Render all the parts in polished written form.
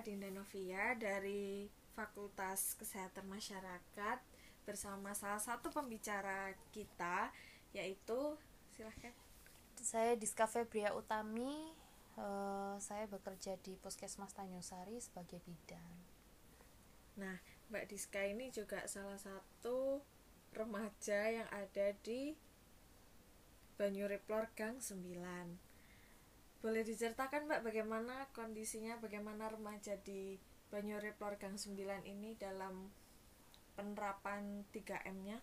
Dinda Novia dari Fakultas Kesehatan Masyarakat bersama salah satu pembicara kita, yaitu silahkan. Saya Diska Febria Utami. Saya bekerja di Puskesmas Tanjung Sari sebagai bidan. Nah, Mbak Diska ini juga salah satu remaja yang ada di Banyuriplor Gang 9. Boleh diceritakan Mbak bagaimana kondisinya, bagaimana remaja di Banyuriplor Gang 9 ini dalam penerapan 3M-nya?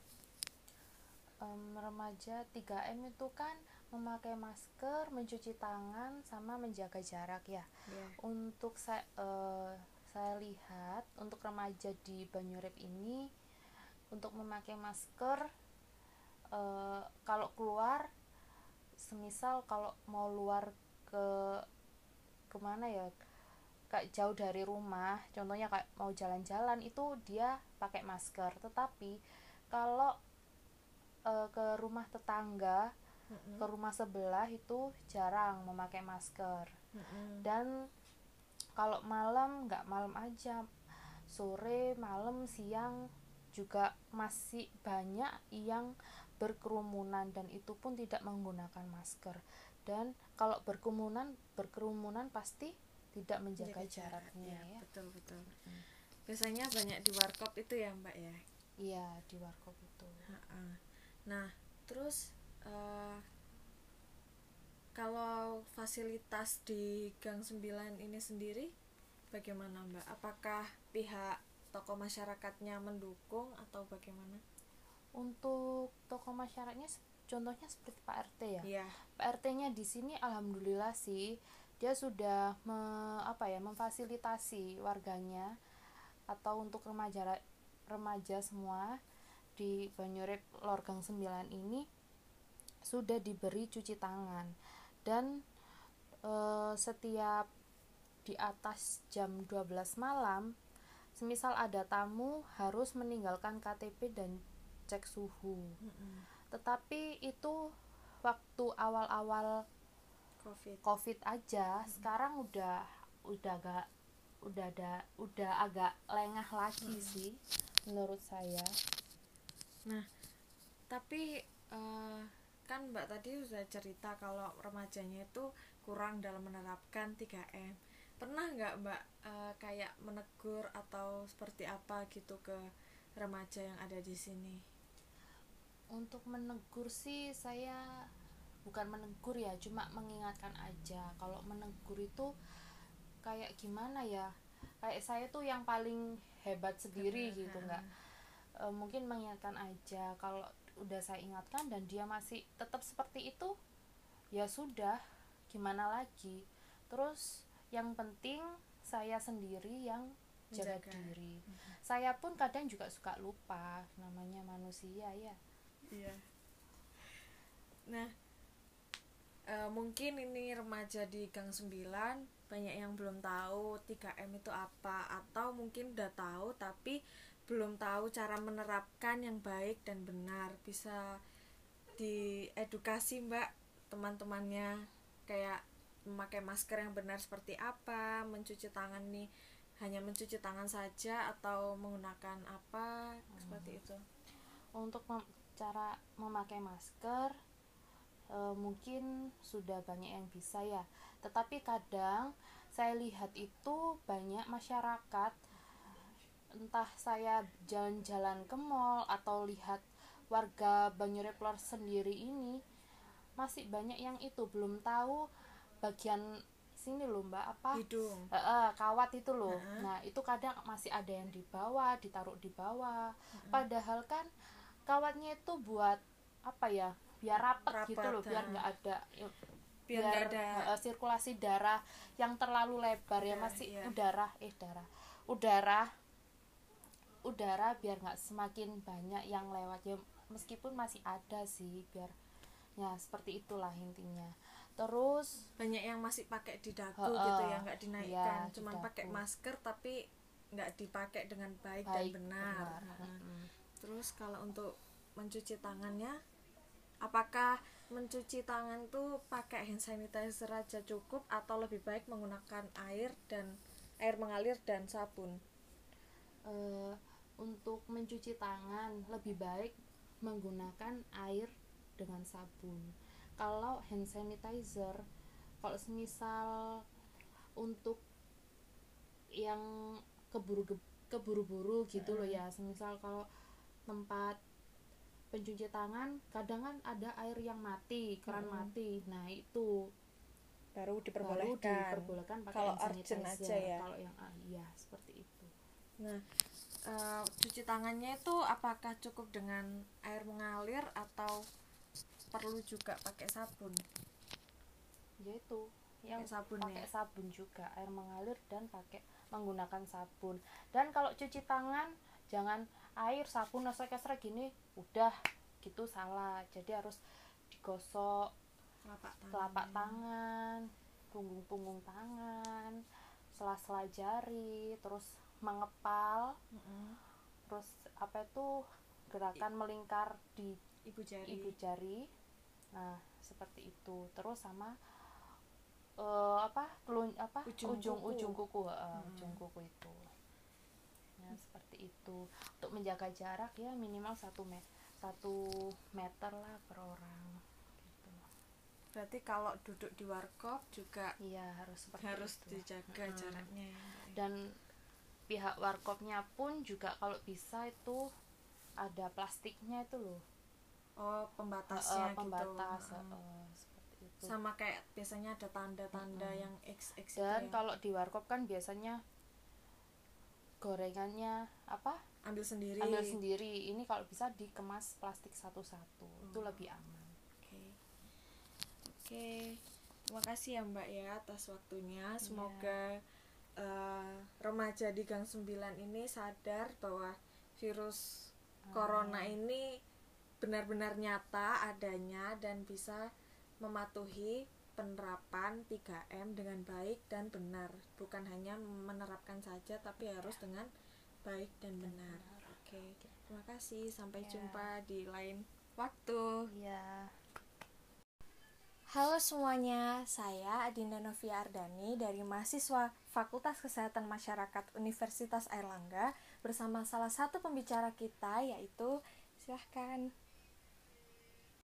Remaja 3M itu kan memakai masker, mencuci tangan, sama menjaga jarak ya. Untuk saya lihat untuk remaja di Banyurip ini untuk memakai masker, kalau keluar, semisal kalau mau luar kemana ya, kayak jauh dari rumah, contohnya kayak mau jalan-jalan, itu dia pakai masker. Tetapi kalau ke rumah tetangga, ke rumah sebelah, itu jarang memakai masker. Dan kalau malam, nggak malam aja, sore, malam, siang juga masih banyak yang berkerumunan, dan itu pun tidak menggunakan masker. Dan kalau berkerumunan pasti tidak menjaga jaraknya ya. Betul. Biasanya banyak di warkop itu ya Mbak ya? Iya, di warkop itu. Nah, terus kalau fasilitas di Gang 9 ini sendiri bagaimana Mbak? Apakah pihak tokoh masyarakatnya mendukung atau bagaimana? Untuk tokoh masyarakatnya contohnya seperti Pak RT ya. Iya. Pak RT-nya di sini alhamdulillah sih, dia sudah memfasilitasi warganya atau untuk remaja semua di Banyurip Lorgang 9 ini sudah diberi cuci tangan. Dan setiap di atas jam 12 malam, semisal ada tamu, harus meninggalkan KTP dan cek suhu. Tetapi itu waktu awal-awal COVID aja. Sekarang udah agak lengah lagi sih menurut saya. Nah, tapi kan Mbak tadi sudah cerita kalau remajanya itu kurang dalam menerapkan 3M. Pernah nggak Mbak kayak menegur atau seperti apa gitu ke remaja yang ada di sini? Untuk menegur sih saya bukan menegur ya, cuma mengingatkan aja. Kalau menegur itu kayak gimana ya, kayak saya tuh yang paling hebat sendiri gitu, nggak mungkin mengingatkan aja. Kalau udah saya ingatkan dan dia masih tetap seperti itu, ya sudah, gimana lagi. Terus yang penting saya sendiri yang jaga diri. Saya pun kadang juga suka lupa, namanya manusia ya. Iya. Nah, mungkin ini remaja di Gang 9 banyak yang belum tahu 3M itu apa, atau mungkin udah tahu tapi belum tahu cara menerapkan yang baik dan benar. Bisa diedukasi Mbak teman-temannya, kayak memakai masker yang benar seperti apa, mencuci tangan nih hanya mencuci tangan saja atau menggunakan apa, seperti itu. Untuk cara memakai masker, mungkin sudah banyak yang bisa ya, tetapi kadang saya lihat itu banyak masyarakat, entah saya jalan-jalan ke mall atau lihat warga Banyureplor sendiri ini, masih banyak yang itu belum tahu bagian sini loh Mbak, apa hidung, kawat itu loh. Nah itu kadang masih ada yang di bawah, ditaruh di bawah. Padahal kan kawatnya itu buat apa ya, biar rapat gitu loh, biar nggak ada sirkulasi darah yang terlalu lebar ya, masih udara biar nggak semakin banyak yang lewat ya, meskipun masih ada sih, biar ya seperti itulah intinya. Terus banyak yang masih pakai di dagu gitu ya, nggak dinaikkan, cuman pakai masker tapi nggak dipakai dengan baik dan benar. Terus kalau untuk mencuci tangannya, apakah mencuci tangan tuh pakai hand sanitizer aja cukup atau lebih baik menggunakan air dan air mengalir dan sabun? Untuk mencuci tangan lebih baik menggunakan air dengan sabun. Kalau hand sanitizer, kalau semisal untuk yang keburu-buru gitu loh ya, semisal kalau tempat pencuci tangan kadang kan ada air yang mati, keran mati, nah itu Baru baru diperbolehkan pakai kalau hand urgent sanitizer. aja ya. Kalau yang iya seperti itu. Nah, cuci tangannya itu apakah cukup dengan air mengalir atau perlu juga pakai sabun? Yaitu yang Sabun pakai ya. sabun juga, air mengalir dan pakai menggunakan sabun. Dan kalau cuci tangan jangan air sabun esrek-esrek gini udah gitu, salah. Jadi harus digosok telapak tangan, punggung tangan, sela-sela jari, terus mengepal, terus apa itu gerakan melingkar di ibu jari. Nah seperti itu. Terus sama ujung kuku itu. Nah seperti itu. Untuk menjaga jarak ya minimal 1 meter lah per orang gitu. Berarti kalau duduk di warkop juga iya harus dijaga jaraknya ya. Dan pihak warkopnya pun juga kalau bisa itu ada plastiknya itu loh. Pembatasnya pembatas gitu. Seperti itu. Sama kayak biasanya ada tanda-tanda yang XX dan itu ya. Kalau di warkop kan biasanya gorengannya ambil sendiri. Ini kalau bisa dikemas plastik satu-satu. Itu lebih aman. Oke. Terima kasih ya Mbak ya atas waktunya. Semoga remaja di Gang 9 ini sadar bahwa virus corona ini benar-benar nyata adanya dan bisa mematuhi penerapan 3M dengan baik dan benar. Bukan hanya menerapkan saja tapi harus dengan baik dan benar. Oke. Terima kasih. Sampai jumpa di lain waktu. Halo semuanya, saya Adinda Novia Ardani dari mahasiswa Fakultas Kesehatan Masyarakat Universitas Airlangga bersama salah satu pembicara kita yaitu silahkan.